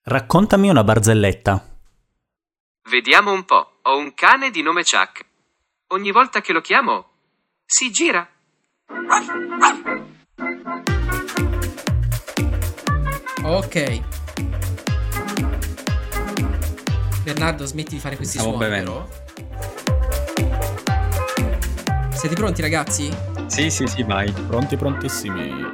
Raccontami una barzelletta. Vediamo un po'. Ho un cane di nome Chuck. Ogni volta che lo chiamo, si gira. Ok. Bernardo, smetti di fare questi Stavo suoni, bevendo. però. Siete pronti, ragazzi? Sì, vai. Pronti, prontissimi.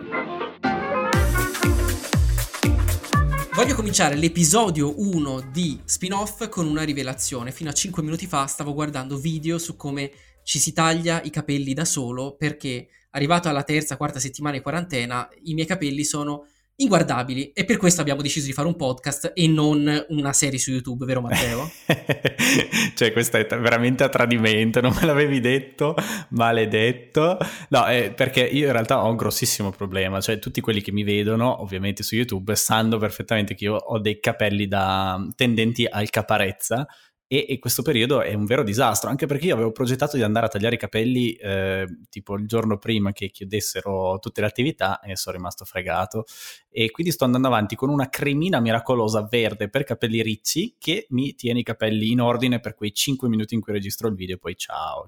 Voglio cominciare l'episodio 1 di Spin-Off con una rivelazione. Fino a 5 minuti fa stavo guardando video su come ci si taglia i capelli da solo, perché arrivato alla terza, quarta settimana di quarantena i miei capelli sono inguardabili e per questo abbiamo deciso di fare un podcast e non una serie su YouTube, vero Matteo? Cioè, questo è veramente a tradimento, non me l'avevi detto, maledetto. No, perché io in realtà ho un grossissimo problema, cioè tutti quelli che mi vedono ovviamente su YouTube sanno perfettamente che io ho dei capelli tendenti al caparezza e questo periodo è un vero disastro, anche perché io avevo progettato di andare a tagliare i capelli tipo il giorno prima che chiudessero tutte le attività e sono rimasto fregato e quindi sto andando avanti con una cremina miracolosa verde per capelli ricci che mi tiene i capelli in ordine per quei 5 minuti in cui registro il video e poi ciao.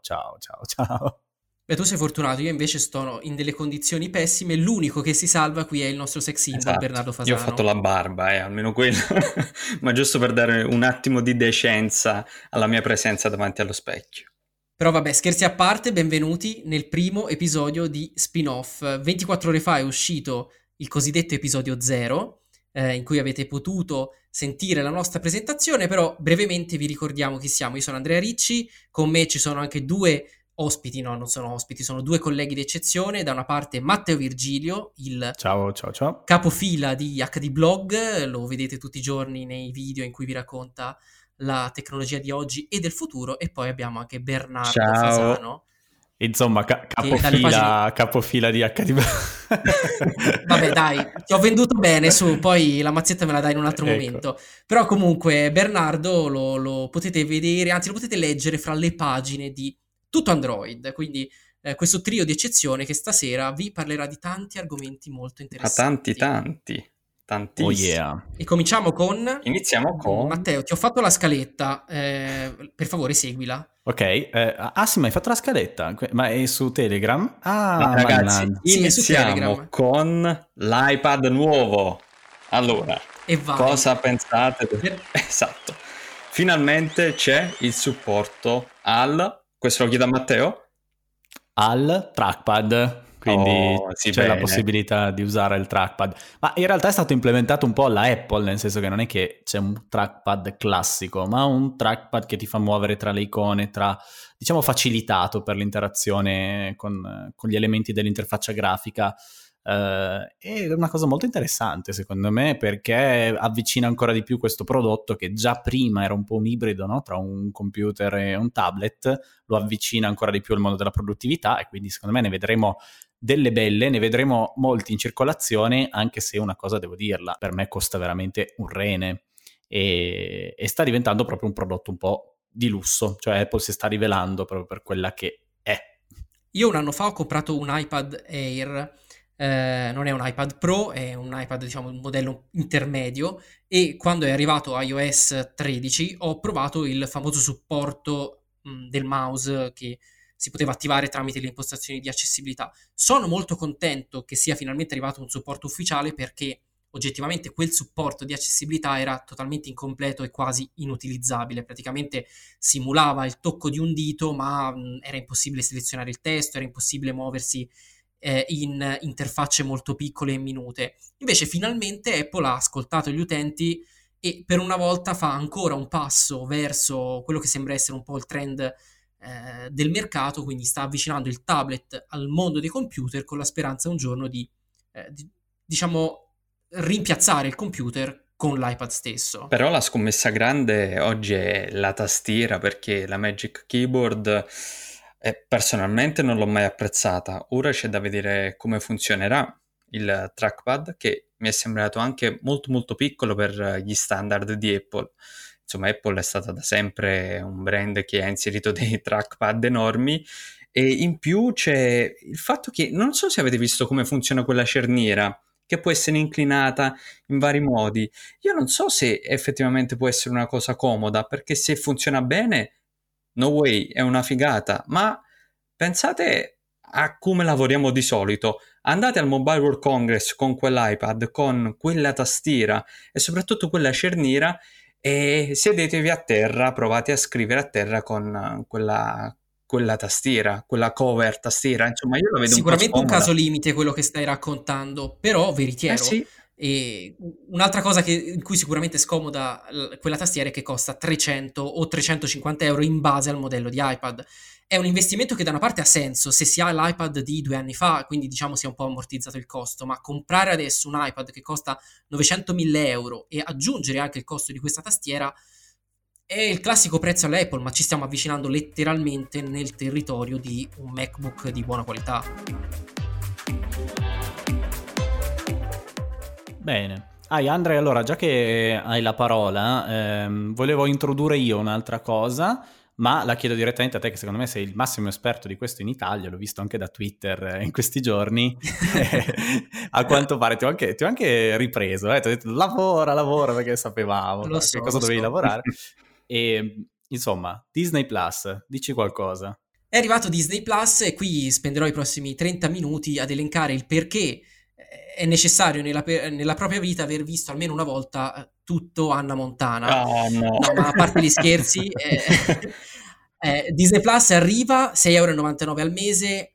Beh, tu sei fortunato, io invece sto in delle condizioni pessime, l'unico che si salva qui è il nostro sex symbol, Esatto. Bernardo Io Fasano. ho fatto la barba, almeno quello. Ma giusto per dare un attimo di decenza alla mia presenza davanti allo specchio. Però vabbè, scherzi a parte, benvenuti nel primo episodio di Spin-Off. 24 ore fa è uscito il cosiddetto episodio 0, in cui avete potuto sentire la nostra presentazione, però brevemente vi ricordiamo chi siamo. Io sono Andrea Ricci, con me ci sono anche due ospiti, no, non sono ospiti, sono due colleghi d'eccezione. Da una parte Matteo Virgilio, il Ciao. capofila di HD Blog, lo vedete tutti i giorni nei video in cui vi racconta la tecnologia di oggi e del futuro, e poi abbiamo anche Bernardo Ciao. Fasano. Insomma, Che dalle pagine... capofila di HD. Vabbè, dai, ti ho venduto bene, su, poi la mazzetta me la dai in un altro Ecco. momento. Però comunque Bernardo lo potete vedere, anzi lo potete leggere fra le pagine di Tutto Android, quindi questo trio di eccezione che stasera vi parlerà di tanti argomenti molto Ma interessanti. tantissimi. Oh yeah. E cominciamo con... Iniziamo con... Matteo, ti ho fatto la scaletta, per favore seguila. Ok, sì, ma hai fatto la scaletta, ma è su Telegram? Ma ragazzi, mannaggia. Sì, è su iniziamo Telegram. con l'iPad nuovo. Allora, E vai. cosa pensate? Esatto. Finalmente c'è il supporto questo lo chiedo a Matteo? Al trackpad, quindi sì, c'è la bene. possibilità di usare il trackpad, ma in realtà è stato implementato un po' alla Apple, nel senso che non è che c'è un trackpad classico, ma un trackpad che ti fa muovere tra le icone, diciamo facilitato per l'interazione con gli elementi dell'interfaccia grafica. È una cosa molto interessante secondo me, perché avvicina ancora di più questo prodotto che già prima era un po' un ibrido, no? Tra un computer e un tablet, lo avvicina ancora di più al mondo della produttività e quindi secondo me ne vedremo delle belle, ne vedremo molti in circolazione, anche se una cosa devo dirla, per me costa veramente un rene e sta diventando proprio un prodotto un po' di lusso, cioè Apple si sta rivelando proprio per quella che è. Io un anno fa ho comprato un iPad Air, non è un iPad Pro, è un iPad, diciamo, un modello intermedio, e quando è arrivato iOS 13 ho provato il famoso supporto del mouse che si poteva attivare tramite le impostazioni di accessibilità. Sono molto contento che sia finalmente arrivato un supporto ufficiale, perché oggettivamente quel supporto di accessibilità era totalmente incompleto e quasi inutilizzabile. Praticamente simulava il tocco di un dito, ma era impossibile selezionare il testo, era impossibile muoversi in interfacce molto piccole e minute. Invece finalmente Apple ha ascoltato gli utenti e per una volta fa ancora un passo verso quello che sembra essere un po' il trend del mercato, quindi sta avvicinando il tablet al mondo dei computer con la speranza un giorno di diciamo rimpiazzare il computer con l'iPad stesso. Però la scommessa grande oggi è la tastiera, perché la Magic Keyboard personalmente non l'ho mai apprezzata. Ora c'è da vedere come funzionerà il trackpad, che mi è sembrato anche molto molto piccolo per gli standard di Apple. Insomma, Apple è stata da sempre un brand che ha inserito dei trackpad enormi, e in più c'è il fatto che non so se avete visto come funziona quella cerniera che può essere inclinata in vari modi. Io non so se effettivamente può essere una cosa comoda, perché se funziona bene, no way, è una figata, ma pensate a come lavoriamo di solito. Andate al Mobile World Congress con quell'iPad, con quella tastiera e soprattutto quella cerniera e sedetevi a terra, provate a scrivere a terra con quella tastiera, quella cover tastiera, insomma io la vedo un po' Sicuramente un scomoda. caso limite quello che stai raccontando, però Eh veritiero. sì, E un'altra cosa in cui sicuramente è scomoda quella tastiera è che costa 300 o 350 euro in base al modello di iPad. È un investimento che da una parte ha senso se si ha l'iPad di 2 anni fa, quindi diciamo si è un po' ammortizzato il costo, ma comprare adesso un iPad che costa 900.000 euro e aggiungere anche il costo di questa tastiera è il classico prezzo all'Apple, ma ci stiamo avvicinando letteralmente nel territorio di un MacBook di buona qualità. Bene. Andrea, allora, già che hai la parola, volevo introdurre io un'altra cosa, ma la chiedo direttamente a te, che secondo me sei il massimo esperto di questo in Italia, l'ho visto anche da Twitter in questi giorni. A quanto pare ti ho anche ripreso, ti ho detto lavora, perché sapevamo Lo che so, cosa lo dovevi so. lavorare. E insomma, Disney Plus, dici qualcosa. È arrivato Disney Plus e qui spenderò i prossimi 30 minuti ad elencare il perché è necessario nella propria vita aver visto almeno una volta tutto Hannah Montana. oh no. No, ma a parte gli scherzi, Disney Plus arriva 6,99 € al mese,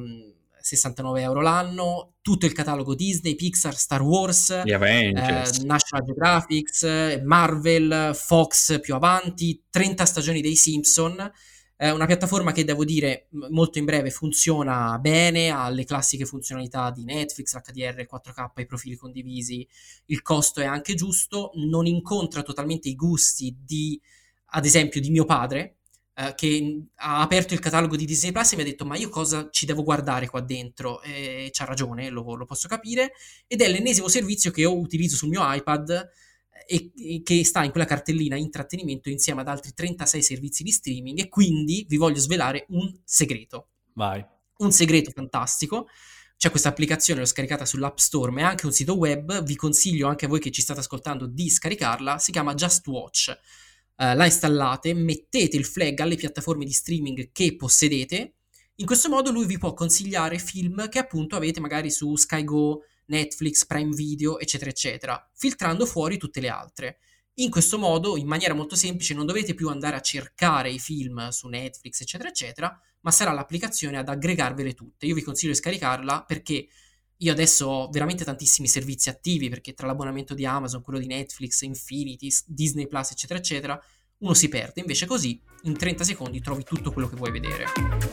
69 euro l'anno, tutto il catalogo Disney, Pixar, Star Wars, Gli Avengers. National Geographic, Marvel, Fox più avanti, 30 stagioni dei Simpson. Una piattaforma che devo dire molto in breve funziona bene, ha le classiche funzionalità di Netflix, l'HDR, il 4K, i profili condivisi, il costo è anche giusto, non incontra totalmente i gusti di, ad esempio, di mio padre, che ha aperto il catalogo di Disney Plus e mi ha detto ma io cosa ci devo guardare qua dentro? E c'ha ragione, lo posso capire, ed è l'ennesimo servizio che io utilizzo sul mio iPad e che sta in quella cartellina intrattenimento insieme ad altri 36 servizi di streaming e quindi vi voglio svelare un segreto. Vai. Un segreto fantastico. C'è questa applicazione, l'ho scaricata sull'App Store, ma è anche un sito web. Vi consiglio anche a voi che ci state ascoltando di scaricarla. Si chiama Just Watch. La installate, mettete il flag alle piattaforme di streaming che possedete. In questo modo lui vi può consigliare film che appunto avete magari su Sky Go, Netflix, Prime Video, eccetera, eccetera, filtrando fuori tutte le altre. In questo modo, in maniera molto semplice, non dovete più andare a cercare i film su Netflix, eccetera, eccetera, ma sarà l'applicazione ad aggregarvele tutte. Io vi consiglio di scaricarla perché io adesso ho veramente tantissimi servizi attivi, perché tra l'abbonamento di Amazon, quello di Netflix, Infinity, Disney Plus, eccetera, eccetera, uno si perde. Invece così, in 30 secondi, trovi tutto quello che vuoi vedere.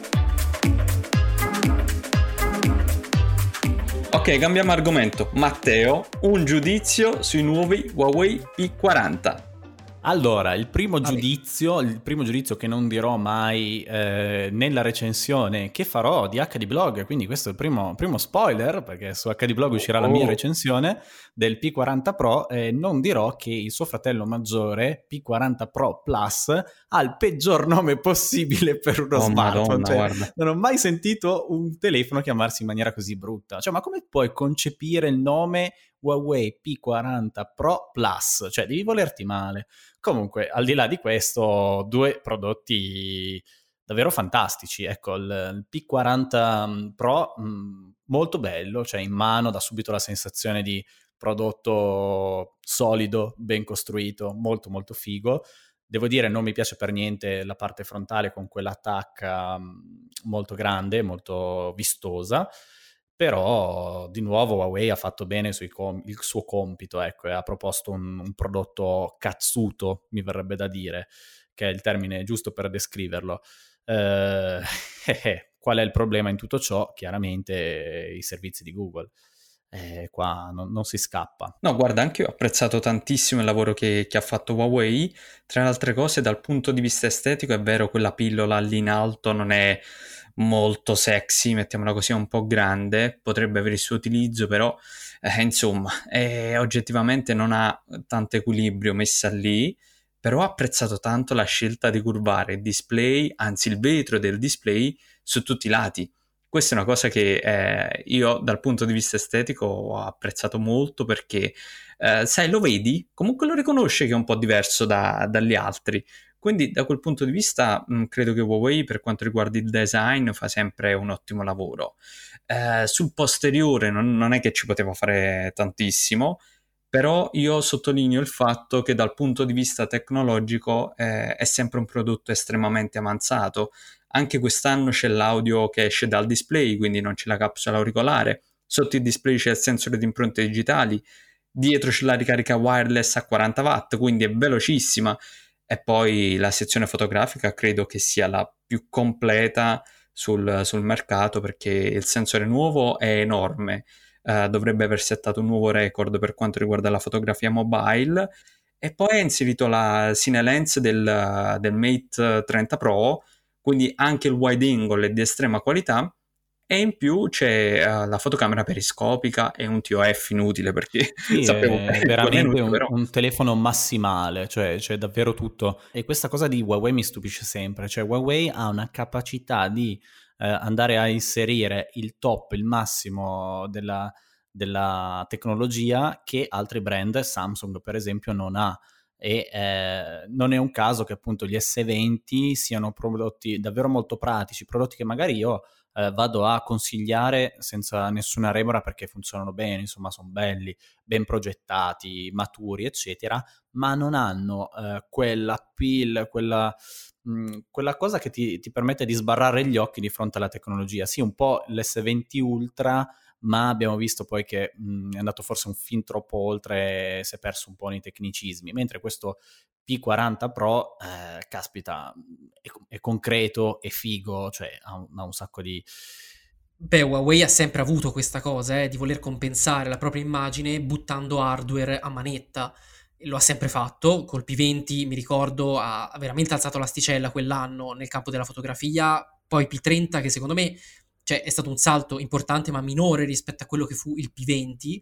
Ok, cambiamo argomento. Matteo, un giudizio sui nuovi Huawei P40. Allora, il primo Vabbè. giudizio che non dirò mai nella recensione che farò di HD Blog, quindi questo è il primo spoiler, perché su HD Blog uscirà la mia recensione del P40 Pro, non dirò che il suo fratello maggiore, P40 Pro Plus, ha il peggior nome possibile per uno smartphone. Madonna, guarda. Non ho mai sentito un telefono chiamarsi in maniera così brutta. Cioè, ma come puoi concepire il nome Huawei P40 Pro Plus? Cioè, devi volerti male. Comunque, al di là di questo, due prodotti davvero fantastici. Ecco, il P40 Pro, molto bello, cioè in mano dà subito la sensazione di prodotto solido, ben costruito, molto molto figo. Devo dire, non mi piace per niente la parte frontale con quell'attacca molto grande, molto vistosa, però di nuovo Huawei ha fatto bene il suo compito, ecco, e ha proposto un prodotto cazzuto, mi verrebbe da dire, che è il termine giusto per descriverlo. Qual è il problema in tutto ciò? Chiaramente i servizi di Google. Qua non si scappa. No, guarda, anche io ho apprezzato tantissimo il lavoro che ha fatto Huawei. Tra le altre cose, dal punto di vista estetico, è vero, quella pillola lì in alto non è molto sexy, mettiamola così, è un po' grande, potrebbe avere il suo utilizzo, però insomma, oggettivamente non ha tanto equilibrio messa lì, però ho apprezzato tanto la scelta di curvare il display, anzi il vetro del display, su tutti i lati. Questa è una cosa che io dal punto di vista estetico ho apprezzato molto perché, sai, lo vedi, comunque lo riconosci che è un po' diverso dagli altri. Quindi da quel punto di vista credo che Huawei per quanto riguarda il design fa sempre un ottimo lavoro. Sul posteriore non è che ci poteva fare tantissimo, però io sottolineo il fatto che dal punto di vista tecnologico è sempre un prodotto estremamente avanzato. Anche quest'anno c'è l'audio che esce dal display, quindi non c'è la capsula auricolare. Sotto il display c'è il sensore di impronte digitali. Dietro c'è la ricarica wireless a 40 watt, quindi è velocissima. E poi la sezione fotografica credo che sia la più completa sul mercato perché il sensore nuovo è enorme. Dovrebbe aver settato un nuovo record per quanto riguarda la fotografia mobile. E poi ha inserito la Cine Lens del Mate 30 Pro, quindi anche il wide angle è di estrema qualità, e in più c'è la fotocamera periscopica e un TOF inutile perché Sì, sapevo è che 2 veramente minuti però. un telefono massimale, cioè c'è davvero tutto. E questa cosa di Huawei mi stupisce sempre, cioè Huawei ha una capacità di andare a inserire il top, il massimo della tecnologia che altri brand, Samsung per esempio, non ha. E non è un caso che appunto gli S20 siano prodotti davvero molto pratici, prodotti che magari io vado a consigliare senza nessuna remora perché funzionano bene, insomma sono belli, ben progettati, maturi eccetera, ma non hanno quell'appeal, quella cosa che ti permette di sbarrare gli occhi di fronte alla tecnologia. Sì, un po' l'S20 Ultra, ma abbiamo visto poi che è andato forse un fin troppo oltre, si è perso un po' nei tecnicismi, mentre questo P40 Pro, caspita, è concreto, è figo, cioè ha un sacco di... Beh, Huawei ha sempre avuto questa cosa, di voler compensare la propria immagine buttando hardware a manetta. E lo ha sempre fatto, col P20 mi ricordo ha veramente alzato l'asticella quell'anno nel campo della fotografia, poi P30 che secondo me cioè, è stato un salto importante ma minore rispetto a quello che fu il P20,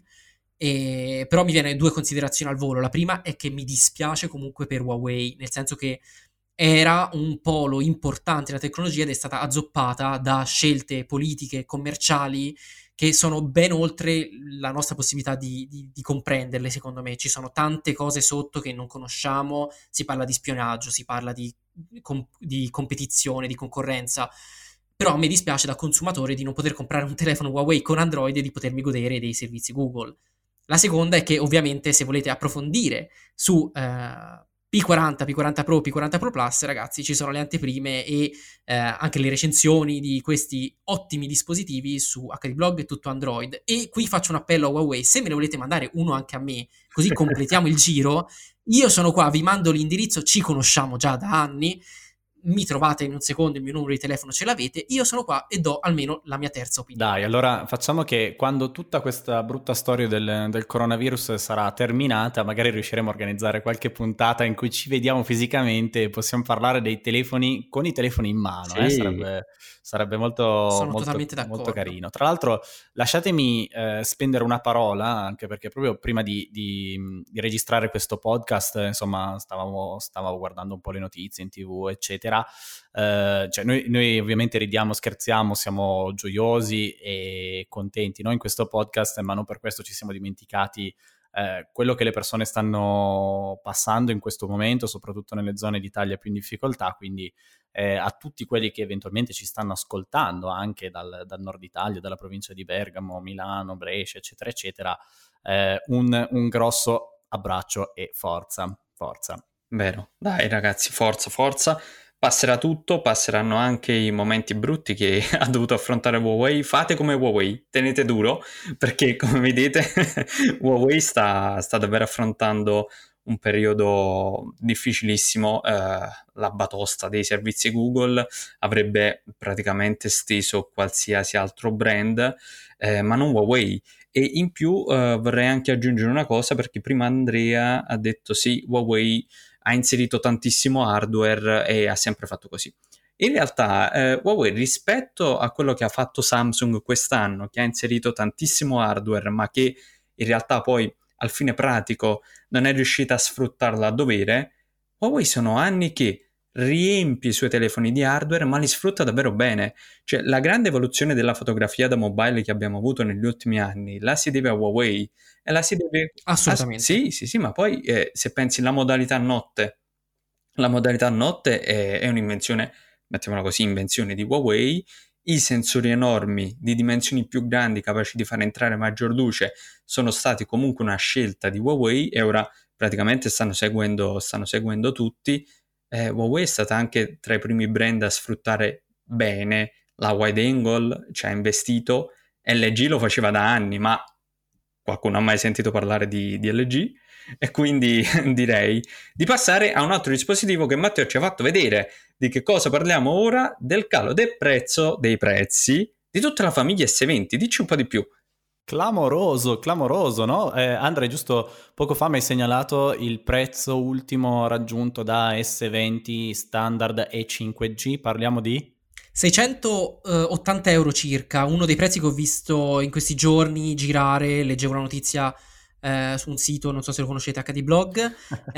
però mi viene due considerazioni al volo. La prima è che mi dispiace comunque per Huawei, nel senso che era un polo importante della tecnologia ed è stata azzoppata da scelte politiche e commerciali che sono ben oltre la nostra possibilità di comprenderle, secondo me. Ci sono tante cose sotto che non conosciamo, si parla di spionaggio, si parla di competizione, di concorrenza, però a me dispiace da consumatore di non poter comprare un telefono Huawei con Android e di potermi godere dei servizi Google. La seconda è che ovviamente se volete approfondire su P40, P40 Pro, P40 Pro Plus, ragazzi, ci sono le anteprime e anche le recensioni di questi ottimi dispositivi su HDBlog e tutto Android. E qui faccio un appello a Huawei, se me ne volete mandare uno anche a me, così completiamo il giro, io sono qua, vi mando l'indirizzo, ci conosciamo già da anni, mi trovate in un secondo, il mio numero di telefono ce l'avete, io sono qua e do almeno la mia terza opinione. Dai, allora facciamo che quando tutta questa brutta storia del coronavirus sarà terminata, magari riusciremo a organizzare qualche puntata in cui ci vediamo fisicamente e possiamo parlare dei telefoni con i telefoni in mano. Sì. Sarebbe molto, Sono molto, totalmente molto d'accordo. carino. Tra l'altro, lasciatemi spendere una parola, anche perché proprio prima di registrare questo podcast, insomma, stavo guardando un po' le notizie in TV, eccetera. Cioè noi ovviamente ridiamo, scherziamo, siamo gioiosi e contenti in questo podcast, ma non per questo ci siamo dimenticati quello che le persone stanno passando in questo momento, soprattutto nelle zone d'Italia più in difficoltà, quindi a tutti quelli che eventualmente ci stanno ascoltando anche dal nord Italia, dalla provincia di Bergamo, Milano, Brescia, eccetera, eccetera, un grosso abbraccio e forza. Vero, dai ragazzi, forza, forza. Passerà tutto, passeranno anche i momenti brutti che ha dovuto affrontare Huawei. Fate come Huawei, tenete duro, perché come vedete Huawei sta davvero affrontando un periodo difficilissimo. La batosta dei servizi Google avrebbe praticamente steso qualsiasi altro brand, ma non Huawei. E in più vorrei anche aggiungere una cosa, perché prima Andrea ha detto sì, Huawei ha inserito tantissimo hardware e ha sempre fatto così. In realtà Huawei, rispetto a quello che ha fatto Samsung quest'anno, che ha inserito tantissimo hardware ma che in realtà poi al fine pratico non è riuscita a sfruttarla a dovere, Huawei sono anni che riempie i suoi telefoni di hardware, ma li sfrutta davvero bene. Cioè, la grande evoluzione della fotografia da mobile che abbiamo avuto negli ultimi anni la si deve a Huawei e la si deve... Assolutamente. Sì, ma poi se pensi la modalità notte è un'invenzione, mettiamola così, invenzione di Huawei. I sensori enormi di dimensioni più grandi capaci di far entrare maggior luce sono stati comunque una scelta di Huawei e ora praticamente stanno seguendo tutti. Huawei è stata anche tra i primi brand a sfruttare bene la wide angle, ci ha investito. LG lo faceva da anni, ma qualcuno ha mai sentito parlare di LG? E quindi direi di passare a un altro dispositivo che Matteo ci ha fatto vedere. Di che cosa parliamo ora? Del calo del prezzo, dei prezzi di tutta la famiglia S20. Dici un po' di più. Clamoroso, no? Andre, giusto poco fa mi hai segnalato il prezzo ultimo raggiunto da S20 standard e 5G, parliamo di? 680 euro circa, uno dei prezzi che ho visto in questi giorni girare, leggevo una notizia su un sito, non so se lo conoscete, HD Blog,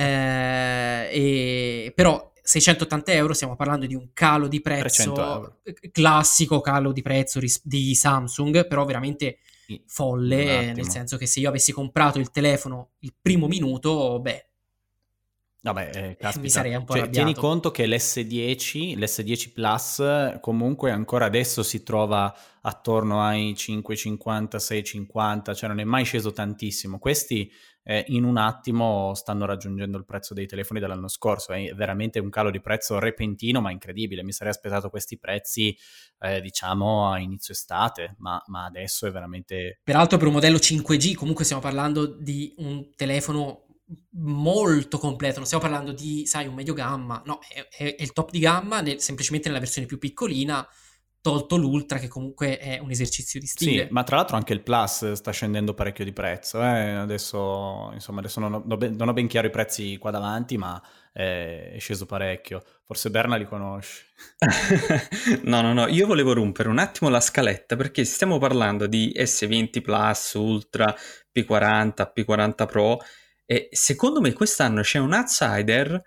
però 680 euro, stiamo parlando di un calo di 300 euro. prezzo, classico calo di prezzo di Samsung, però veramente Un folle, attimo. nel senso che se io avessi comprato il telefono il primo minuto, beh, Vabbè, caspita. mi sarei un po' Cioè, tieni arrabbiato. conto che l'S10 Plus comunque ancora adesso si trova attorno ai 5,50, 6,50, cioè non è mai sceso tantissimo. Questi in un attimo stanno raggiungendo il prezzo dei telefoni dell'anno scorso, è veramente un calo di prezzo repentino ma incredibile. Mi sarei aspettato questi prezzi diciamo a inizio estate, ma adesso è veramente... Peraltro per un modello 5G comunque stiamo parlando di un telefono molto completo, non stiamo parlando di, sai, un medio gamma, no, è il top di gamma semplicemente nella versione più piccolina, tolto l'Ultra che comunque è un esercizio di stile. Sì, ma tra l'altro anche il Plus sta scendendo parecchio di prezzo. Adesso, insomma, adesso non ho ben chiaro i prezzi qua davanti, ma è sceso parecchio. Forse Berna li conosce. No, io volevo rompere un attimo la scaletta perché stiamo parlando di S20 Plus, Ultra, P40, P40 Pro e secondo me quest'anno c'è un outsider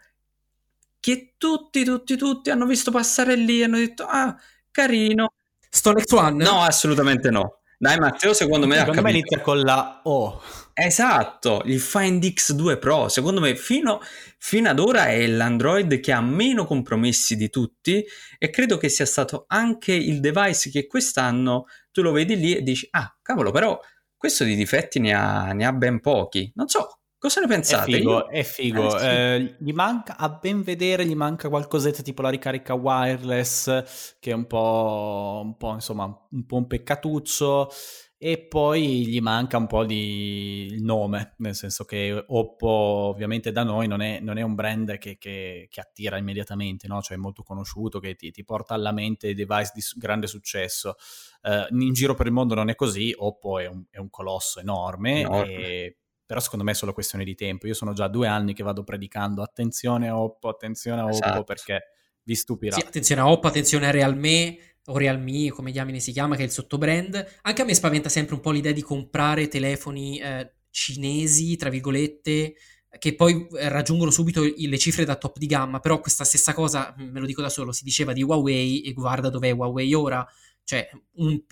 che tutti hanno visto passare lì e hanno detto ah, carino. Stone X1? No, assolutamente no. Dai Matteo, secondo me ha Secondo me capito. inizia con la O. Esatto, il Find X2 Pro, secondo me fino ad ora è l'Android che ha meno compromessi di tutti e credo che sia stato anche il device che quest'anno tu lo vedi lì e dici ah, cavolo, però questo di difetti ne ha ben pochi. Non so, cosa ne pensate? È figo. Sì. Gli manca, a ben vedere, gli manca qualcosetta tipo la ricarica wireless, che è un po' insomma, un po' un peccatuccio, e poi gli manca un po' di il nome, nel senso che Oppo ovviamente da noi non è un brand che attira immediatamente, no? Cioè è molto conosciuto, che ti porta alla mente device di grande successo. In giro per il mondo non è così, Oppo è un colosso enorme. Però secondo me è solo questione di tempo. Io sono già 2 anni che vado predicando attenzione a Oppo, Esatto. perché vi stupirà. Sì, attenzione a Oppo, attenzione a Realme o Realme, come diamine si chiama, che è il sottobrand. Anche a me spaventa sempre un po' l'idea di comprare telefoni cinesi, tra virgolette, che poi raggiungono subito le cifre da top di gamma, però questa stessa cosa, me lo dico da solo, si diceva di Huawei e guarda dov'è Huawei ora, cioè un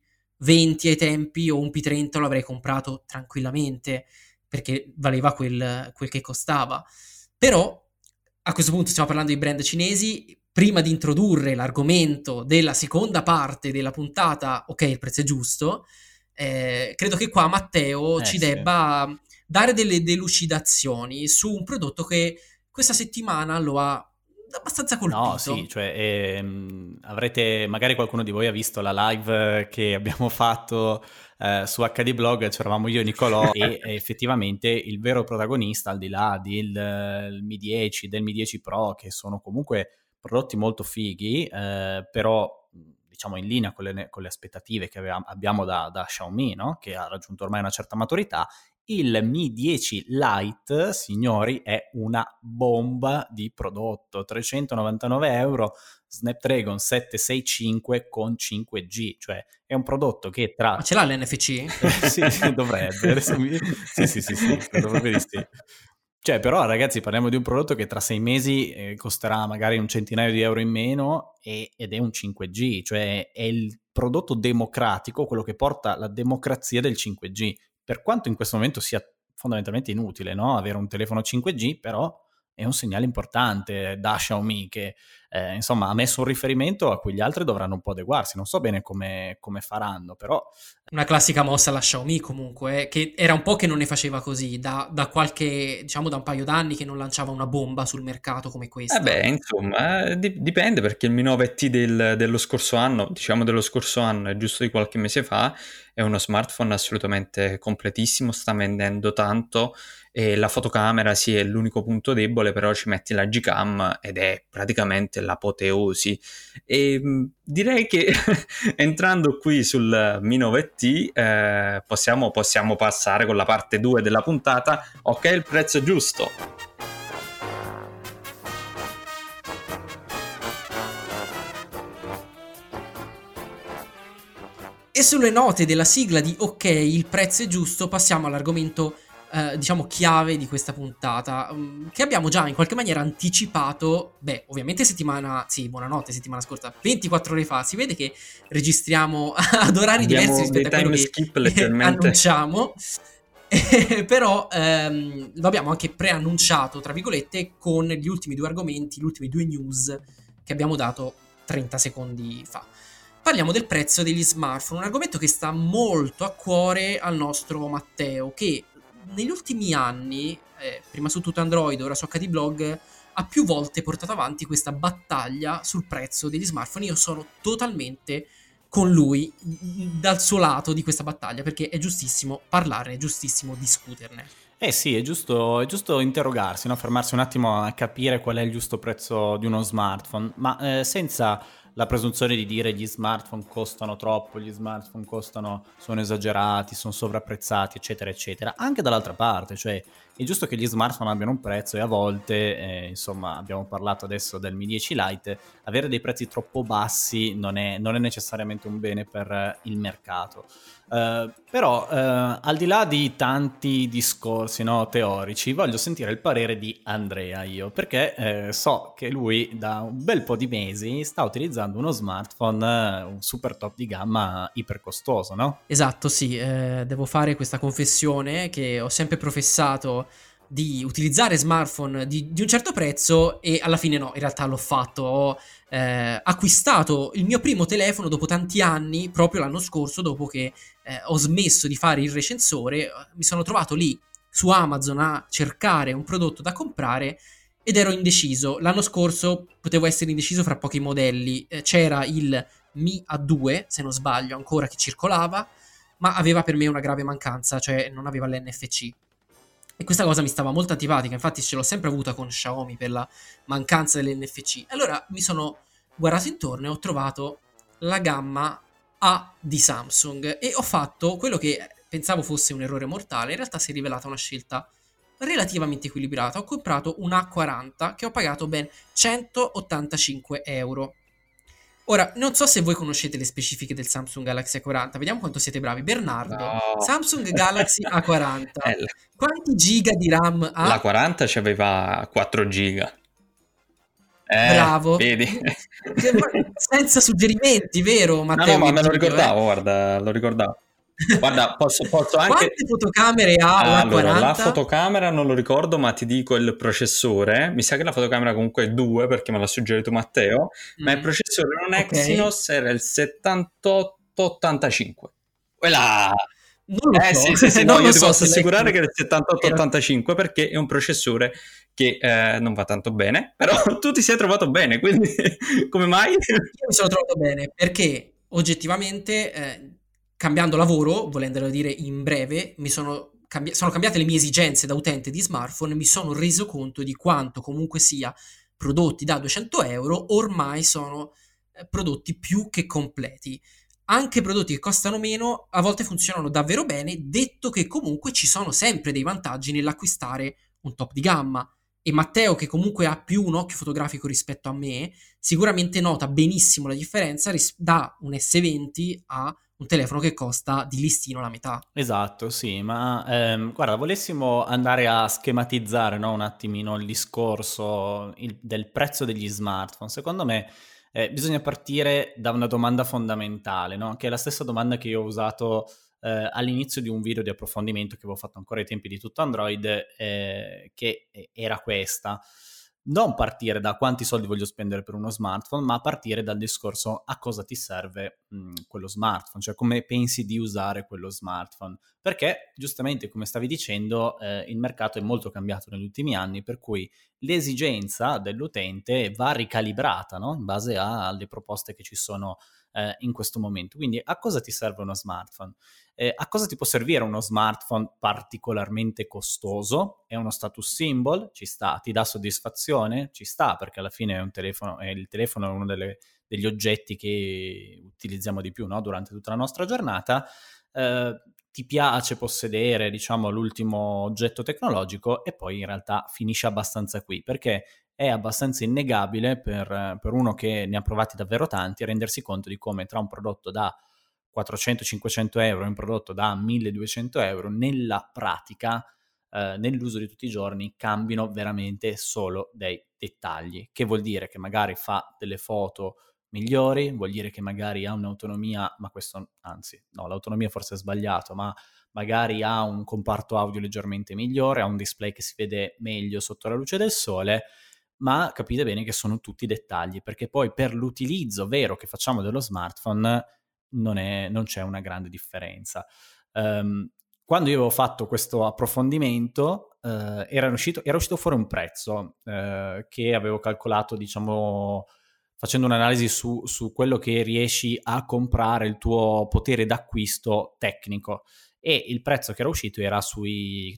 P20 ai tempi o un P30 lo avrei comprato tranquillamente perché valeva quel che costava. Però a questo punto stiamo parlando di brand cinesi. Prima di introdurre l'argomento della seconda parte della puntata, ok, il prezzo è giusto, credo che qua Matteo ci sì. debba dare delle delucidazioni su un prodotto che questa settimana lo ha abbastanza colpito. No, sì, cioè avrete, magari qualcuno di voi ha visto la live che abbiamo fatto su HD Blog, c'eravamo io e Nicolò e effettivamente il vero protagonista, al di là del Mi 10, del Mi 10 Pro, che sono comunque prodotti molto fighi, però diciamo in linea con le aspettative che abbiamo da Xiaomi, no? Che ha raggiunto ormai una certa maturità. Il Mi 10 Lite, signori, è una bomba di prodotto, 399 euro, Snapdragon 765 con 5G, cioè è un prodotto che tra... Ma ce l'ha l'NFC? sì, dovrebbe, adesso sì, credo proprio di sì. Cioè, però, ragazzi, parliamo di un prodotto che tra 6 mesi costerà magari un centinaio di euro in meno ed è un 5G, cioè è il prodotto democratico, quello che porta la democrazia del 5G. Per quanto in questo momento sia fondamentalmente inutile, no? Avere un telefono 5G, però è un segnale importante da Xiaomi che, insomma, ha messo un riferimento a cui gli altri dovranno un po' adeguarsi. Non so bene come faranno, però... Una classica mossa alla Xiaomi comunque, che era un po' che non ne faceva così, da qualche, diciamo da un paio d'anni che non lanciava una bomba sul mercato come questa. Beh, insomma, dipende perché il Mi 9T dello scorso anno, diciamo dello scorso anno, è giusto di qualche mese fa, è uno smartphone assolutamente completissimo, sta vendendo tanto e la fotocamera sì è l'unico punto debole, però ci metti la Gcam ed è praticamente l'apoteosi. E direi che entrando qui sul Mi 9T possiamo passare con la parte 2 della puntata. Ok, il prezzo giusto. E sulle note della sigla di Ok, il prezzo è giusto, passiamo all'argomento diciamo chiave di questa puntata, che abbiamo già in qualche maniera anticipato, ovviamente settimana scorsa, 24 ore fa. Si vede che registriamo ad orari diversi rispetto a quello che skip leggermente annunciamo, però lo abbiamo anche preannunciato, tra virgolette, con gli ultimi due argomenti, gli ultimi due news che abbiamo dato 30 secondi fa. Parliamo del prezzo degli smartphone, un argomento che sta molto a cuore al nostro Matteo, che negli ultimi anni, prima su Tutto Android, ora su HD Blog, ha più volte portato avanti questa battaglia sul prezzo degli smartphone. Io sono totalmente con lui, dal suo lato di questa battaglia, perché è giustissimo parlarne, è giustissimo discuterne. Sì, è giusto interrogarsi, no? Fermarsi un attimo a capire qual è il giusto prezzo di uno smartphone, ma senza la presunzione di dire gli smartphone costano troppo, gli smartphone sono esagerati, sono sovrapprezzati, eccetera, eccetera. Anche dall'altra parte, cioè è giusto che gli smartphone abbiano un prezzo e a volte, insomma, abbiamo parlato adesso del Mi 10 Lite, avere dei prezzi troppo bassi non è necessariamente un bene per il mercato. Però al di là di tanti discorsi, no, teorici, voglio sentire il parere di Andrea io, perché so che lui da un bel po' di mesi sta utilizzando uno smartphone, un super top di gamma iper costoso, no? Esatto, sì, devo fare questa confessione che ho sempre professato di utilizzare smartphone di un certo prezzo e alla fine no, in realtà l'ho fatto. Ho acquistato il mio primo telefono dopo tanti anni, proprio l'anno scorso, dopo che ho smesso di fare il recensore. Mi sono trovato lì su Amazon a cercare un prodotto da comprare ed ero indeciso. L'anno scorso potevo essere indeciso fra pochi modelli. C'era il Mi A2, se non sbaglio, ancora che circolava, ma aveva per me una grave mancanza, cioè non aveva l'NFC. E questa cosa mi stava molto antipatica, infatti ce l'ho sempre avuta con Xiaomi per la mancanza dell'NFC. Allora mi sono guardato intorno e ho trovato la gamma A di Samsung e ho fatto quello che pensavo fosse un errore mortale, in realtà si è rivelata una scelta relativamente equilibrata. Ho comprato un A40 che ho pagato ben 185 euro. Ora, non so se voi conoscete le specifiche del Samsung Galaxy A40, vediamo quanto siete bravi. Bernardo, No. Samsung Galaxy A40, quanti giga di RAM ha? La 40 c'aveva 4 giga. Bravo. Vedi? Senza suggerimenti, vero Matteo? No, ma me lo ricordavo, guarda, lo ricordavo. Guarda, posso anche... Quante fotocamere ha allora, la 40? La fotocamera non lo ricordo, ma ti dico il processore. Mi sa che la fotocamera comunque è 2 perché me l'ha suggerito Matteo, ma il processore non è Exynos, era il 7885. Quella... Non lo so. Sì, no, io ti posso assicurare che è il 7885 perché è un processore che non va tanto bene, però tu ti sei trovato bene, quindi come mai? Io mi sono trovato bene perché oggettivamente... cambiando lavoro, volendolo dire in breve, sono cambiate le mie esigenze da utente di smartphone, mi sono reso conto di quanto comunque sia prodotti da 200 euro ormai sono prodotti più che completi. Anche prodotti che costano meno a volte funzionano davvero bene, detto che comunque ci sono sempre dei vantaggi nell'acquistare un top di gamma. E Matteo, che comunque ha più un occhio fotografico rispetto a me, sicuramente nota benissimo la differenza da un S20 a un telefono che costa di listino la metà. Esatto, sì, ma guarda, volessimo andare a schematizzare, no, un attimino il discorso del prezzo degli smartphone. Secondo me bisogna partire da una domanda fondamentale, no? Che è la stessa domanda che io ho usato all'inizio di un video di approfondimento che avevo fatto ancora ai tempi di tutto Android, che era questa. Non partire da quanti soldi voglio spendere per uno smartphone, ma partire dal discorso a cosa ti serve quello smartphone, cioè come pensi di usare quello smartphone. Perché, giustamente, come stavi dicendo, il mercato è molto cambiato negli ultimi anni, per cui l'esigenza dell'utente va ricalibrata, no? In base alle proposte che ci sono in questo momento. Quindi a cosa ti serve uno smartphone? A cosa ti può servire uno smartphone particolarmente costoso? È uno status symbol? Ci sta. Ti dà soddisfazione? Ci sta, perché alla fine è un telefono, il telefono è uno degli oggetti che utilizziamo di più, no? Durante tutta la nostra giornata. Ti piace possedere, diciamo, l'ultimo oggetto tecnologico, e poi in realtà finisce abbastanza qui, perché è abbastanza innegabile per uno che ne ha provati davvero tanti rendersi conto di come tra un prodotto da 400-500 euro e un prodotto da 1200 euro nella pratica, nell'uso di tutti i giorni, cambino veramente solo dei dettagli, che vuol dire che magari fa delle foto migliori, vuol dire che magari ha un'autonomia, ma questo, anzi, no, l'autonomia forse è sbagliato, ma magari ha un comparto audio leggermente migliore, ha un display che si vede meglio sotto la luce del sole, ma capite bene che sono tutti dettagli, perché poi per l'utilizzo vero che facciamo dello smartphone non c'è una grande differenza. Quando io avevo fatto questo approfondimento, era uscito fuori un prezzo che avevo calcolato, diciamo, facendo un'analisi su quello che riesci a comprare, il tuo potere d'acquisto tecnico, e il prezzo che era uscito era sui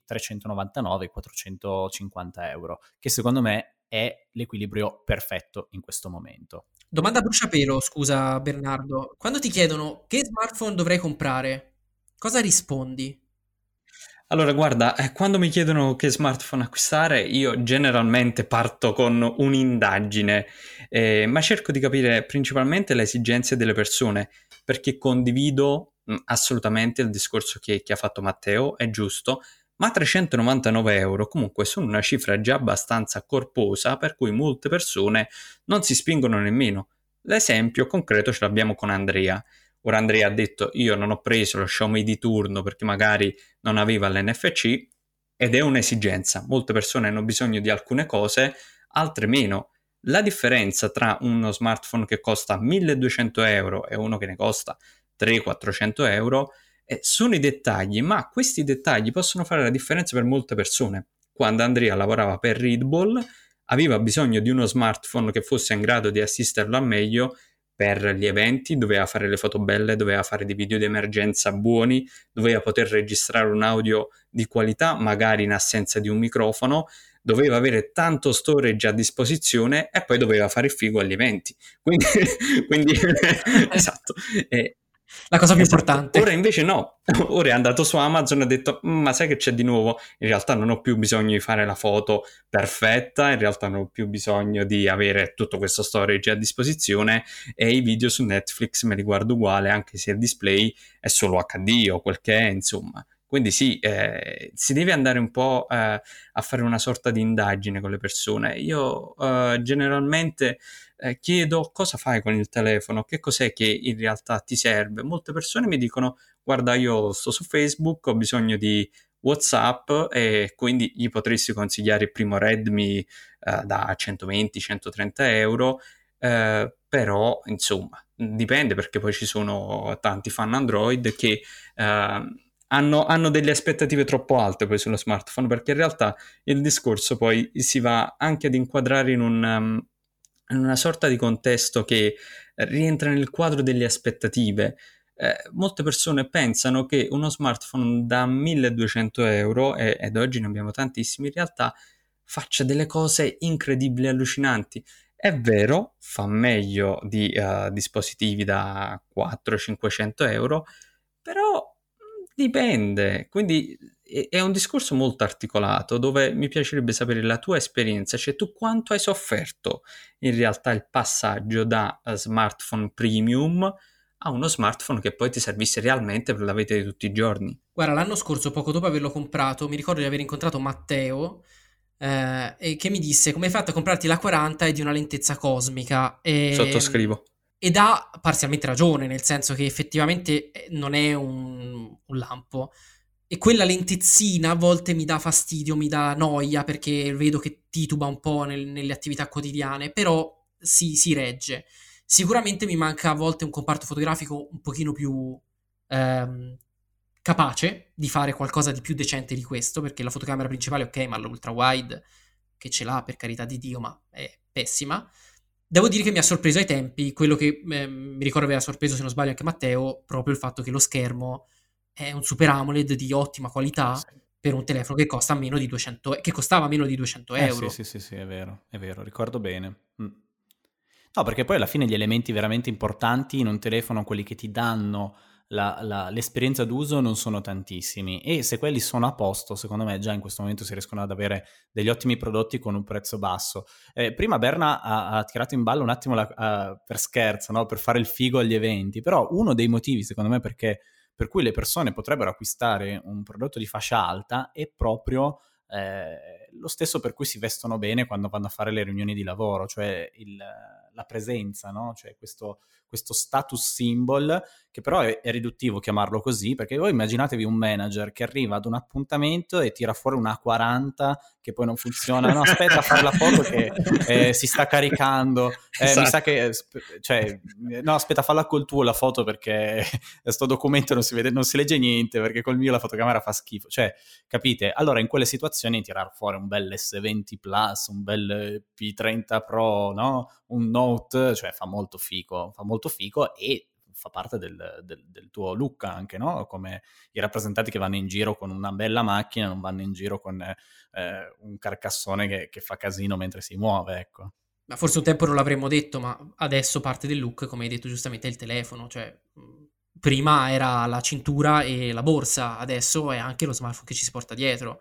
399-450 euro, che secondo me è l'equilibrio perfetto in questo momento. Domanda a bruciapelo, scusa Bernardo. Quando ti chiedono che smartphone dovrei comprare, cosa rispondi? Allora, guarda, quando mi chiedono che smartphone acquistare, io generalmente parto con un'indagine, ma cerco di capire principalmente le esigenze delle persone, perché condivido assolutamente il discorso che ha fatto Matteo, è giusto, ma 399 euro comunque sono una cifra già abbastanza corposa, per cui molte persone non si spingono nemmeno. L'esempio concreto ce l'abbiamo con Andrea. Ora Andrea ha detto: io non ho preso lo Xiaomi di turno perché magari non aveva l'NFC, ed è un'esigenza. Molte persone hanno bisogno di alcune cose, altre meno. La differenza tra uno smartphone che costa 1200 euro e uno che ne costa 300-400 euro sono i dettagli, ma questi dettagli possono fare la differenza per molte persone. Quando Andrea lavorava per Readball, aveva bisogno di uno smartphone che fosse in grado di assisterlo al meglio per gli eventi, doveva fare le foto belle, doveva fare dei video di emergenza buoni, doveva poter registrare un audio di qualità, magari in assenza di un microfono, doveva avere tanto storage a disposizione e poi doveva fare il figo agli eventi. Quindi esatto. La cosa più Esatto. importante. Ora invece no, ora è andato su Amazon e ha detto: ma sai che c'è di nuovo? In realtà non ho più bisogno di fare la foto perfetta, in realtà non ho più bisogno di avere tutto questo storage a disposizione, e i video su Netflix me li guardo uguale, anche se il display è solo HD o quel che è, insomma. Quindi sì, si deve andare un po' a fare una sorta di indagine con le persone. Io generalmente chiedo: cosa fai con il telefono? Che cos'è che in realtà ti serve? Molte persone mi dicono: guarda, io sto su Facebook, ho bisogno di WhatsApp, e quindi gli potresti consigliare il primo Redmi da 120-130 euro, però insomma dipende, perché poi ci sono tanti fan Android che hanno delle aspettative troppo alte poi sullo smartphone, perché in realtà il discorso poi si va anche ad inquadrare in una sorta di contesto che rientra nel quadro delle aspettative. Molte persone pensano che uno smartphone da 1200 euro, ed oggi ne abbiamo tantissimi, in realtà faccia delle cose incredibili e allucinanti. È vero, fa meglio di dispositivi da 400-500 euro, però dipende. Quindi è un discorso molto articolato, dove mi piacerebbe sapere la tua esperienza, cioè tu quanto hai sofferto in realtà il passaggio da smartphone premium a uno smartphone che poi ti servisse realmente per la vita di tutti i giorni. Guarda, l'anno scorso, poco dopo averlo comprato, mi ricordo di aver incontrato Matteo e che mi disse come hai fatto a comprarti la 40 e di una lentezza cosmica. Sottoscrivo. Ed ha parzialmente ragione, nel senso che effettivamente non è un lampo. E quella lentezzina a volte mi dà fastidio, mi dà noia perché vedo che tituba un po' nelle attività quotidiane, però si regge. Sicuramente mi manca a volte un comparto fotografico un pochino più ehm, capace di fare qualcosa di più decente di questo, perché la fotocamera principale ok, ma l'ultra wide che ce l'ha per carità di Dio, ma è pessima. Devo dire che mi ha sorpreso ai tempi, quello che mi ricordo aveva sorpreso, se non sbaglio, anche Matteo, proprio il fatto che lo schermo è un Super AMOLED di ottima qualità Sì. per un telefono che costa meno di 200, che costava meno di 200 euro. Sì, è vero, ricordo bene. No, perché poi alla fine gli elementi veramente importanti in un telefono, quelli che ti danno l'esperienza d'uso, non sono tantissimi, e se quelli sono a posto, secondo me già in questo momento si riescono ad avere degli ottimi prodotti con un prezzo basso. Prima Berna ha tirato in ballo un attimo per scherzo, no? Per fare il figo agli eventi, però uno dei motivi secondo me per cui le persone potrebbero acquistare un prodotto di fascia alta è proprio lo stesso per cui si vestono bene quando vanno a fare le riunioni di lavoro, cioè la presenza, no? Cioè questo status symbol, che però è riduttivo chiamarlo così, perché voi immaginatevi un manager che arriva ad un appuntamento e tira fuori una A40 che poi non funziona, no, aspetta a fare la foto che si sta caricando, Esatto. mi sa che, cioè, no, aspetta, falla col tuo la foto perché sto documento non si vede, non si legge niente, perché col mio la fotocamera fa schifo, cioè, capite? Allora in quelle situazioni tirar fuori un bel S20 Plus, un bel P30 Pro, no? Un Note, cioè fa molto figo e fa parte del tuo look anche, no? Come i rappresentanti che vanno in giro con una bella macchina, non vanno in giro con un carcassone che fa casino mentre si muove, ecco. Ma forse un tempo non l'avremmo detto, ma adesso parte del look, come hai detto giustamente, è il telefono, cioè prima era la cintura e la borsa, adesso è anche lo smartphone che ci si porta dietro.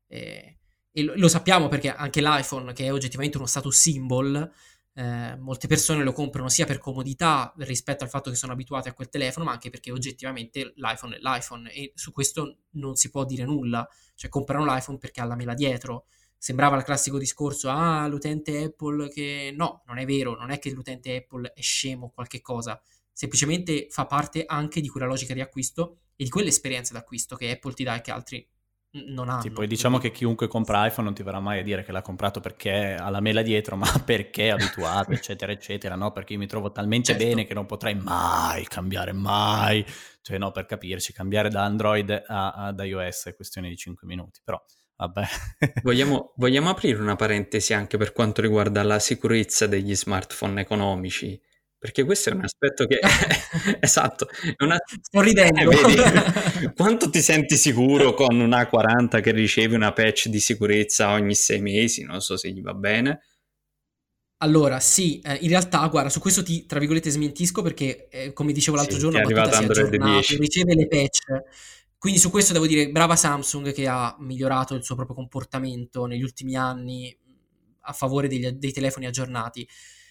E lo sappiamo perché anche l'iPhone, che è oggettivamente uno status symbol, molte persone lo comprano sia per comodità rispetto al fatto che sono abituate a quel telefono, ma anche perché oggettivamente l'iPhone è l'iPhone e su questo non si può dire nulla. Cioè comprano l'iPhone perché ha la mela dietro. Sembrava il classico discorso, l'utente Apple che... No, non è vero, non è che l'utente Apple è scemo o qualche cosa, semplicemente fa parte anche di quella logica di acquisto e di quell'esperienza d'acquisto che Apple ti dà e che altri non hanno. Sì, poi diciamo che chiunque compra iPhone non ti verrà mai a dire che l'ha comprato perché ha la mela dietro, ma perché è abituato, eccetera, eccetera, no? Perché io mi trovo talmente Certo. bene che non potrei mai cambiare, mai. Cioè, no, per capirci, cambiare da Android ad iOS è questione di 5 minuti, però... Vabbè. Vogliamo aprire una parentesi anche per quanto riguarda la sicurezza degli smartphone economici? Perché questo è un aspetto che... Esatto. Sto ridendo. Vedi? Quanto ti senti sicuro con una A40 che riceve una patch di sicurezza ogni 6 mesi? Non so se gli va bene. Allora, sì, in realtà, guarda, su questo ti, tra virgolette, smentisco perché, come dicevo l'altro Sì, ti giorno, è Battuta arrivato si è Android aggiornato, 10. riceve le patch. Quindi su questo devo dire brava Samsung che ha migliorato il suo proprio comportamento negli ultimi anni a favore dei telefoni aggiornati.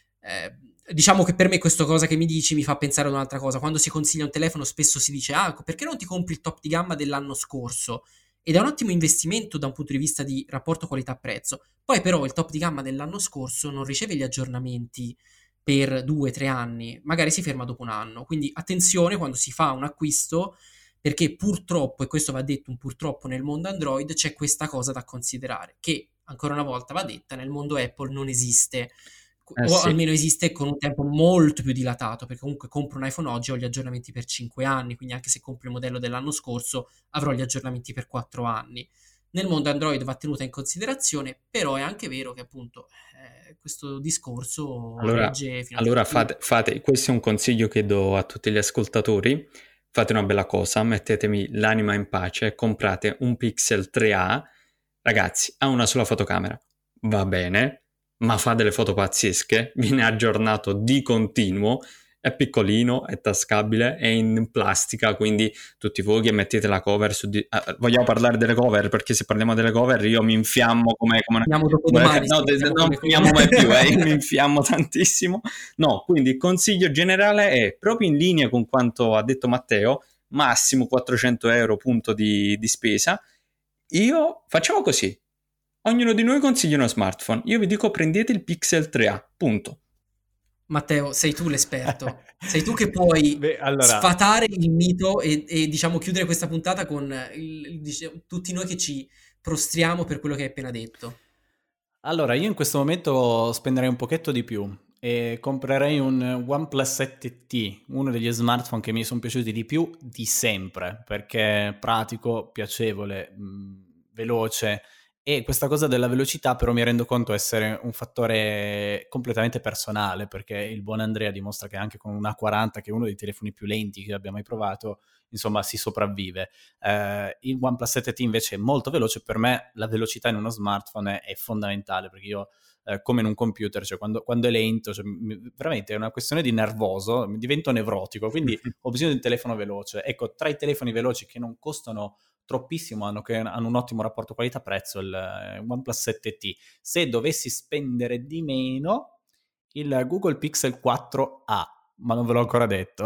Diciamo che per me questa cosa che mi dici mi fa pensare ad un'altra cosa. Quando si consiglia un telefono spesso si dice perché non ti compri il top di gamma dell'anno scorso? Ed è un ottimo investimento da un punto di vista di rapporto qualità-prezzo. Poi però il top di gamma dell'anno scorso non riceve gli aggiornamenti per 2-3 anni, magari si ferma dopo un anno. Quindi attenzione quando si fa un acquisto, perché purtroppo, e questo va detto un purtroppo nel mondo Android, c'è questa cosa da considerare, che ancora una volta va detta, nel mondo Apple non esiste, o Sì. almeno esiste con un tempo molto più dilatato, perché comunque compro un iPhone oggi, ho gli aggiornamenti per 5 anni, quindi anche se compro il modello dell'anno scorso avrò gli aggiornamenti per 4 anni. Nel mondo Android va tenuta in considerazione, però è anche vero che appunto questo discorso regge fino a Allora certo fate, questo è un consiglio che do a tutti gli ascoltatori. Fate una bella cosa, mettetemi l'anima in pace, comprate un Pixel 3a. Ragazzi, ha una sola fotocamera, va bene, ma fa delle foto pazzesche, viene aggiornato di continuo È piccolino, è tascabile, è in plastica, quindi tutti voi che mettete la cover su vogliamo parlare delle cover? Perché se parliamo delle cover io mi infiammo Andiamo dopodomani, no, sì, iniziamo con non le finiamo cover. mai più, mi infiammo tantissimo. No, quindi il consiglio generale è proprio in linea con quanto ha detto Matteo, massimo 400 euro punto di spesa. Io facciamo così, ognuno di noi consiglia uno smartphone, io vi dico prendete il Pixel 3a, punto. Matteo, sei tu l'esperto. Sei tu che puoi Beh, allora, sfatare il mito e, diciamo chiudere questa puntata con tutti noi che ci prostriamo per quello che hai appena detto. allora, io in questo momento spenderei un pochetto di più e comprerei un OnePlus 7T, uno degli smartphone che mi sono piaciuti di più di sempre, perché è pratico, piacevole, veloce, e questa cosa della velocità però mi rendo conto essere un fattore completamente personale, perché il buon Andrea dimostra che anche con un A40, che è uno dei telefoni più lenti che abbia mai provato, insomma si sopravvive. Il OnePlus 7T invece è molto veloce. Per me la velocità in uno smartphone è fondamentale, perché io come in un computer, cioè quando è lento, cioè, veramente è una questione di nervoso, mi divento nevrotico, quindi ho bisogno di un telefono veloce. Ecco, tra i telefoni veloci che non costano troppissimo, hanno un ottimo rapporto qualità-prezzo, il OnePlus 7T. Se dovessi spendere di meno, il Google Pixel 4a, ma non ve l'ho ancora detto,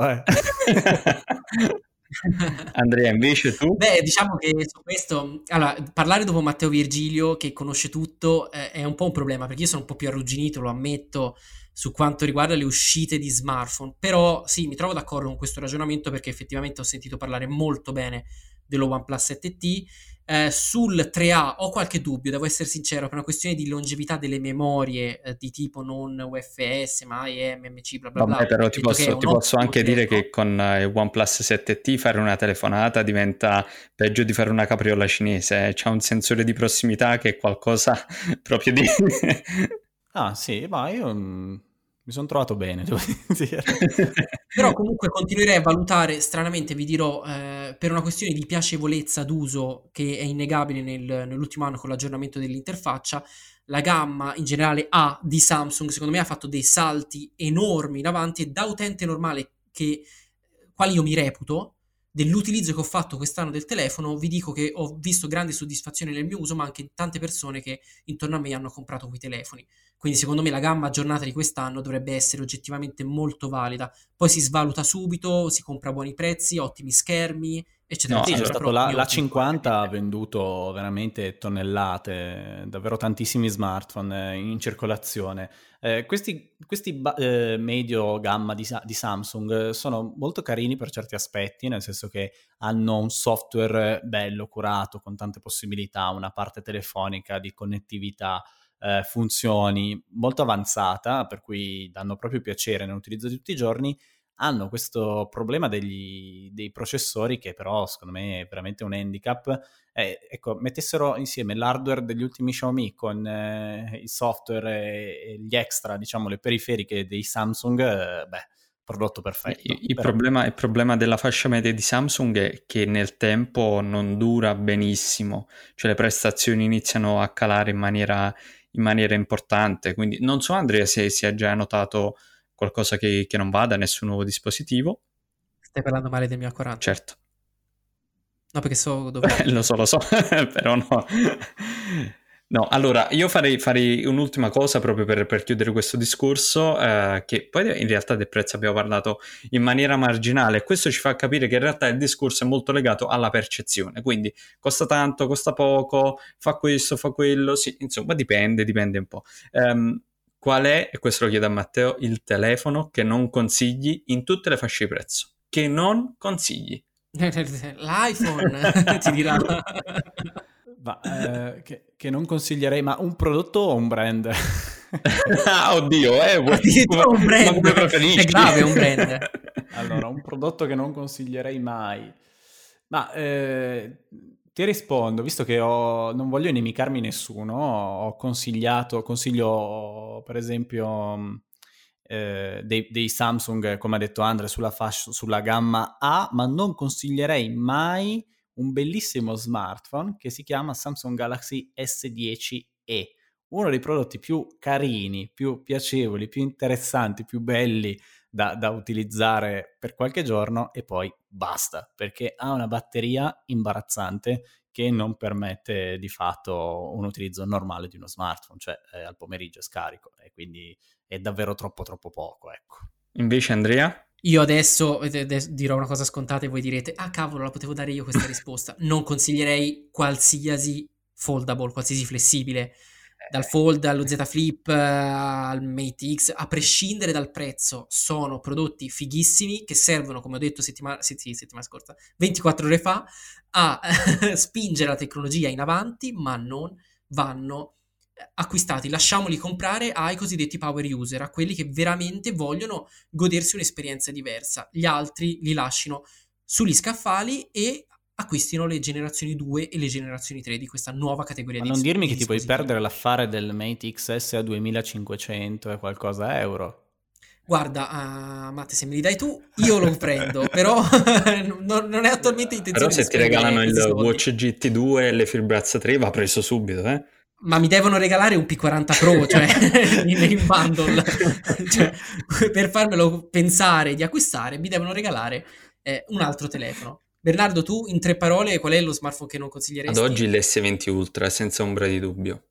Andrea, invece tu? Beh, diciamo che su questo, allora, parlare dopo Matteo Virgilio, che conosce tutto, è un po' un problema, perché io sono un po' più arrugginito, lo ammetto, su quanto riguarda le uscite di smartphone. Però sì, mi trovo d'accordo con questo ragionamento perché effettivamente ho sentito parlare molto bene dello OnePlus 7T. Sul 3A ho qualche dubbio, devo essere sincero, per una questione di longevità delle memorie di tipo non UFS, ma eMMC, bla bla Vabbè, bla, però detto che è un ti posso ottimo anche dire telefono. che con il OnePlus 7T fare una telefonata diventa peggio di fare una capriola cinese. C'ha un sensore di prossimità che è qualcosa proprio di... Ah sì, ma io mi sono trovato bene, devo dire. Però comunque continuerei a valutare, stranamente vi dirò, per una questione di piacevolezza d'uso che è innegabile nell'ultimo anno con l'aggiornamento dell'interfaccia, la gamma in generale A di Samsung secondo me ha fatto dei salti enormi in avanti e da utente normale quali io mi reputo, dell'utilizzo che ho fatto quest'anno del telefono, vi dico che ho visto grande soddisfazione nel mio uso, ma anche tante persone che intorno a me hanno comprato quei telefoni. Quindi secondo me la gamma aggiornata di quest'anno dovrebbe essere oggettivamente molto valida. Poi si svaluta subito, si compra a buoni prezzi, ottimi schermi, eccetera, No, Sì, c'è eccetera. allora, stato Però io la continuo a 50 ha preferire. venduto veramente tonnellate, davvero tantissimi smartphone in circolazione. Questi medio gamma di Samsung sono molto carini per certi aspetti, nel senso che hanno un software bello, curato, con tante possibilità, una parte telefonica di connettività, funzioni molto avanzata, per cui danno proprio piacere nell'utilizzo di tutti i giorni. Hanno questo problema dei processori che però secondo me è veramente un handicap. Ecco, mettessero insieme l'hardware degli ultimi Xiaomi con il software e gli extra, diciamo, le periferiche dei Samsung, beh, prodotto perfetto. Però il problema della fascia media di Samsung è che nel tempo non dura benissimo, cioè le prestazioni iniziano a calare in maniera importante, quindi non so Andrea se si è già notato qualcosa che non va da nessun nuovo dispositivo, Stai parlando male del mio A40? certo. No, perché so dov'è. Lo so, però no. No, allora io farei un'ultima cosa proprio per chiudere questo discorso, che poi in realtà del prezzo abbiamo parlato in maniera marginale, e questo ci fa capire che in realtà il discorso è molto legato alla percezione, quindi costa tanto, costa poco, fa questo, fa quello, sì, insomma dipende un po'. Qual è, e questo lo chiedo a Matteo, il telefono che non consigli in tutte le fasce di prezzo? Che non consigli? L'iPhone ti dirà. ma, che non consiglierei, ma un prodotto o un brand? Ah, oddio, Addirittura un ma brand. come È preferisci? grave un brand. Allora, un prodotto che non consiglierei mai. Ma ti rispondo, visto che non voglio inimicarmi nessuno, consiglio per esempio dei Samsung, come ha detto Andre, sulla gamma A, ma non consiglierei mai un bellissimo smartphone che si chiama Samsung Galaxy S10e, uno dei prodotti più carini, più piacevoli, più interessanti, più belli da utilizzare per qualche giorno e poi basta, perché ha una batteria imbarazzante che non permette di fatto un utilizzo normale di uno smartphone, cioè al pomeriggio è scarico e quindi è davvero troppo poco, ecco. Invece Andrea? Io adesso dirò una cosa scontata e voi direte, ah cavolo, la potevo dare io questa risposta. Non consiglierei qualsiasi foldable, qualsiasi flessibile, dal Fold allo Z Flip al Mate X, a prescindere dal prezzo, sono prodotti fighissimi che servono, come ho detto settimana scorsa, 24 ore fa, a spingere la tecnologia in avanti, ma non vanno acquistati, lasciamoli comprare ai cosiddetti power user, a quelli che veramente vogliono godersi un'esperienza diversa. Gli altri li lasciano sugli scaffali e acquistino le generazioni 2 e le generazioni 3 di questa nuova categoria Ma di non dirmi che ti puoi dispositivi. perdere l'affare del Mate XS a 2500 e qualcosa euro. Guarda, Matte, se me li dai tu, io lo prendo, però non è attualmente Però intenzione se di ti spendere regalano il questi soldi. Watch GT2 e le Filbraz 3 va preso subito, Ma mi devono regalare un P40 Pro, cioè in bundle. Cioè, per farmelo pensare di acquistare, mi devono regalare un altro telefono. Bernardo, tu, in 3 parole, qual è lo smartphone che non Ad consiglieresti? oggi l'S20 Ultra, senza ombra di dubbio.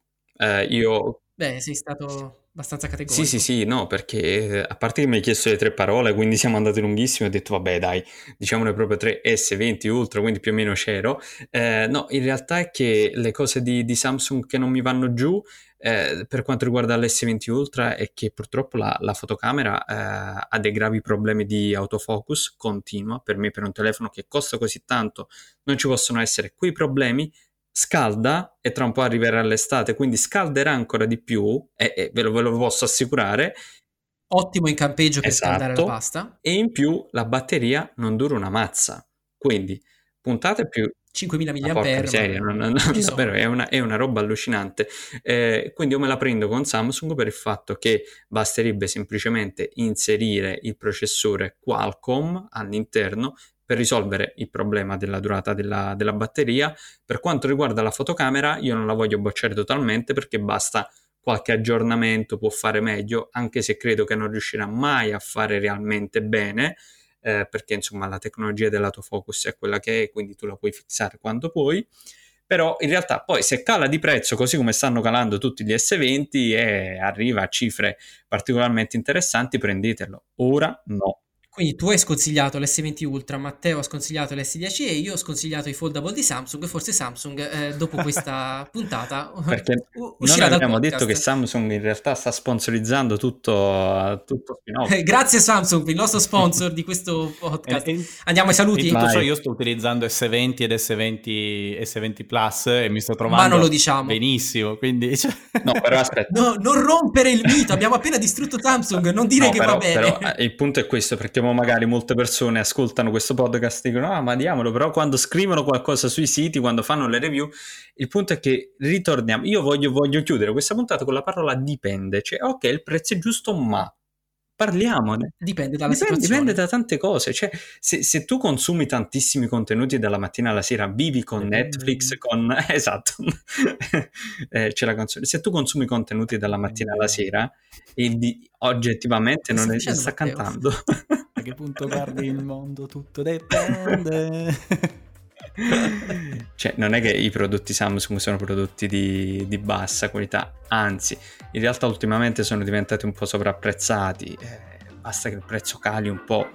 Io... Beh, sei stato abbastanza categorico. Sì, no, perché a parte che mi hai chiesto le 3 parole, quindi siamo andati lunghissimi, ho detto vabbè dai, diciamone proprio 3, S20 Ultra, quindi più o meno c'ero. No, in realtà è che le cose di Samsung che non mi vanno giù, per quanto riguarda l'S20 Ultra, è che purtroppo la fotocamera ha dei gravi problemi di autofocus continua. Per me, per un telefono che costa così tanto, non ci possono essere quei problemi. Scalda e tra un po' arriverà l'estate, quindi scalderà ancora di più e ve lo posso assicurare. Ottimo in campeggio per scaldare la Esatto. pasta. E in più la batteria non dura una mazza, quindi puntate più 5000 ma porca mAh, miseria, ci sono. davvero è una roba allucinante. Quindi io me la prendo con Samsung per il fatto che basterebbe semplicemente inserire il processore Qualcomm all'interno per risolvere il problema della durata della batteria. Per quanto riguarda la fotocamera, io non la voglio bocciare totalmente perché basta qualche aggiornamento, può fare meglio, anche se credo che non riuscirà mai a fare realmente bene, perché insomma la tecnologia dell'autofocus è quella che è, quindi tu la puoi fissare quando puoi. Però in realtà poi se cala di prezzo così come stanno calando tutti gli S20 e arriva a cifre particolarmente interessanti, prendetelo. Ora no. Quindi tu hai sconsigliato l'S20 Ultra, Matteo ha sconsigliato l'S10e io ho sconsigliato i foldable di Samsung. Forse Samsung, dopo questa puntata, Perché noi uscirà dal abbiamo detto che podcast. Samsung in realtà sta sponsorizzando tutto spin-off. Grazie Samsung, il nostro sponsor di questo podcast. Andiamo ai saluti? In tutto ciò Vai. io sto utilizzando S20 ed S20 Plus e mi sto Ma trovando non lo diciamo. benissimo, quindi... No, però aspetta. No, non rompere il mito, abbiamo appena distrutto Samsung, non dire No, che però, va bene. però il punto è questo, perché magari molte persone ascoltano questo podcast e dicono ah ma diamolo, però quando scrivono qualcosa sui siti, quando fanno le review, il punto è che ritorniamo, io voglio chiudere questa puntata con la parola dipende, cioè ok il prezzo è giusto ma parliamone. Dipende dalla situazione. Dipende da tante cose, cioè se tu consumi tantissimi contenuti dalla mattina alla sera, vivi con Netflix, con... esatto, c'è la canzone, se tu consumi contenuti dalla mattina alla sera oggettivamente Cosa non stai sta dicendo, Matteo? cantando. A che punto guardi il mondo? Tutto dipende. Cioè non è che i prodotti Samsung sono prodotti di bassa qualità, anzi in realtà ultimamente sono diventati un po' sovrapprezzati, basta che il prezzo cali un po'.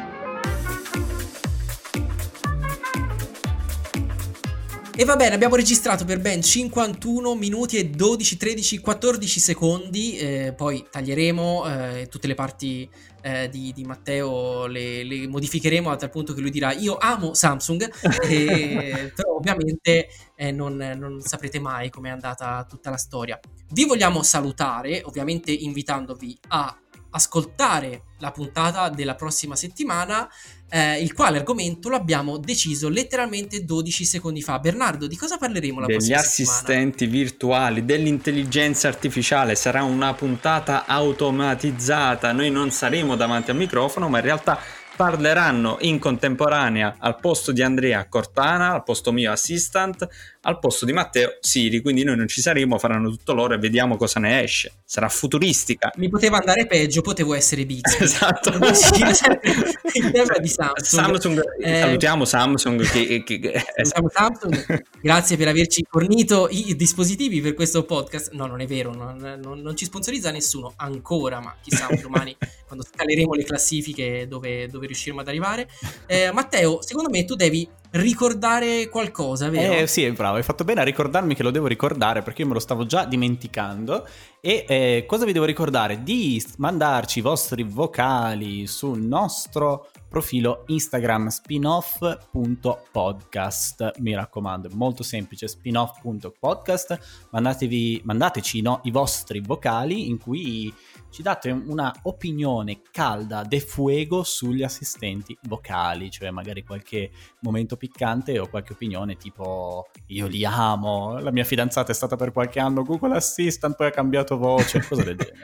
E va bene, abbiamo registrato per ben 51 minuti e 12, 13, 14 secondi, poi taglieremo tutte le parti di Matteo, le modificheremo a tal punto che lui dirà io amo Samsung, però ovviamente non saprete mai com'è andata tutta la storia. Vi vogliamo salutare, ovviamente invitandovi a ascoltare la puntata della prossima settimana, il quale argomento lo abbiamo deciso letteralmente 12 secondi fa. Bernardo, di cosa parleremo la prossima settimana? Degli assistenti virtuali, dell'intelligenza artificiale. Sarà una puntata automatizzata, noi non saremo davanti al microfono, ma in realtà parleranno in contemporanea al posto di Andrea Cortana, al posto mio assistant, al posto di Matteo Siri, quindi noi non ci saremo, faranno tutto loro e vediamo cosa ne esce. Sarà futuristica. Mi poteva andare peggio, potevo essere Bixby. Esatto. Il tema di Samsung. Salutiamo Samsung. Salutiamo Samsung. Grazie per averci fornito i dispositivi per questo podcast. No, non è vero, non ci sponsorizza nessuno ancora, ma chissà domani quando scaleremo le classifiche dove riusciremo ad arrivare. Matteo, secondo me tu devi ricordare qualcosa, vero? Sì, bravo, hai fatto bene a ricordarmi che lo devo ricordare, perché io me lo stavo già dimenticando. E cosa vi devo ricordare? Di mandarci i vostri vocali sul nostro profilo Instagram spinoff.podcast. Mi raccomando, è molto semplice, spinoff.podcast. Mandateci i vostri vocali in cui ci date una opinione calda de fuego sugli assistenti vocali, cioè magari qualche momento piccante o qualche opinione tipo io li amo, la mia fidanzata è stata per qualche anno Google Assistant, poi ha cambiato voce, cosa del genere.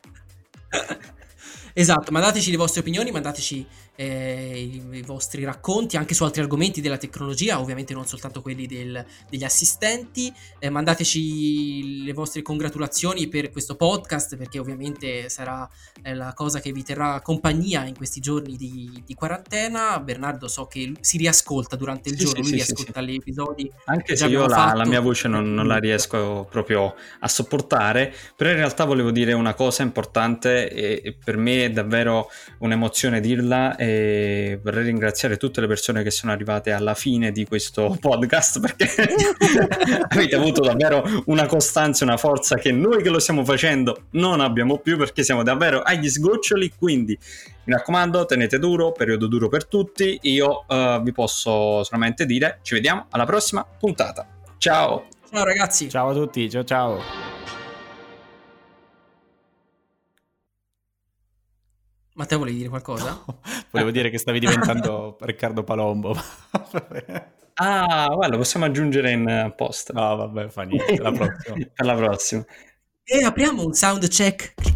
Esatto, mandateci le vostre opinioni, mandateci i vostri racconti anche su altri argomenti della tecnologia, ovviamente non soltanto quelli degli assistenti. Mandateci le vostre congratulazioni per questo podcast, perché ovviamente sarà la cosa che vi terrà compagnia in questi giorni di quarantena. Bernardo so che si riascolta durante il giorno, lui riascolta gli episodi. Anche se io la mia voce non la riesco proprio a sopportare, però in realtà volevo dire una cosa importante e per me è davvero un'emozione dirla, e vorrei ringraziare tutte le persone che sono arrivate alla fine di questo podcast, perché avete avuto davvero una costanza e una forza che noi che lo stiamo facendo non abbiamo più, perché siamo davvero agli sgoccioli. Quindi mi raccomando, tenete duro, periodo duro per tutti. Io vi posso solamente dire ci vediamo alla prossima puntata. Ciao ragazzi, ciao a tutti, ciao. Matteo, volevi dire qualcosa? No, volevo dire che stavi diventando Riccardo Palombo. Guarda, possiamo aggiungere in post. No, vabbè, fa niente, la prossima. Per la prossima. E apriamo un sound check.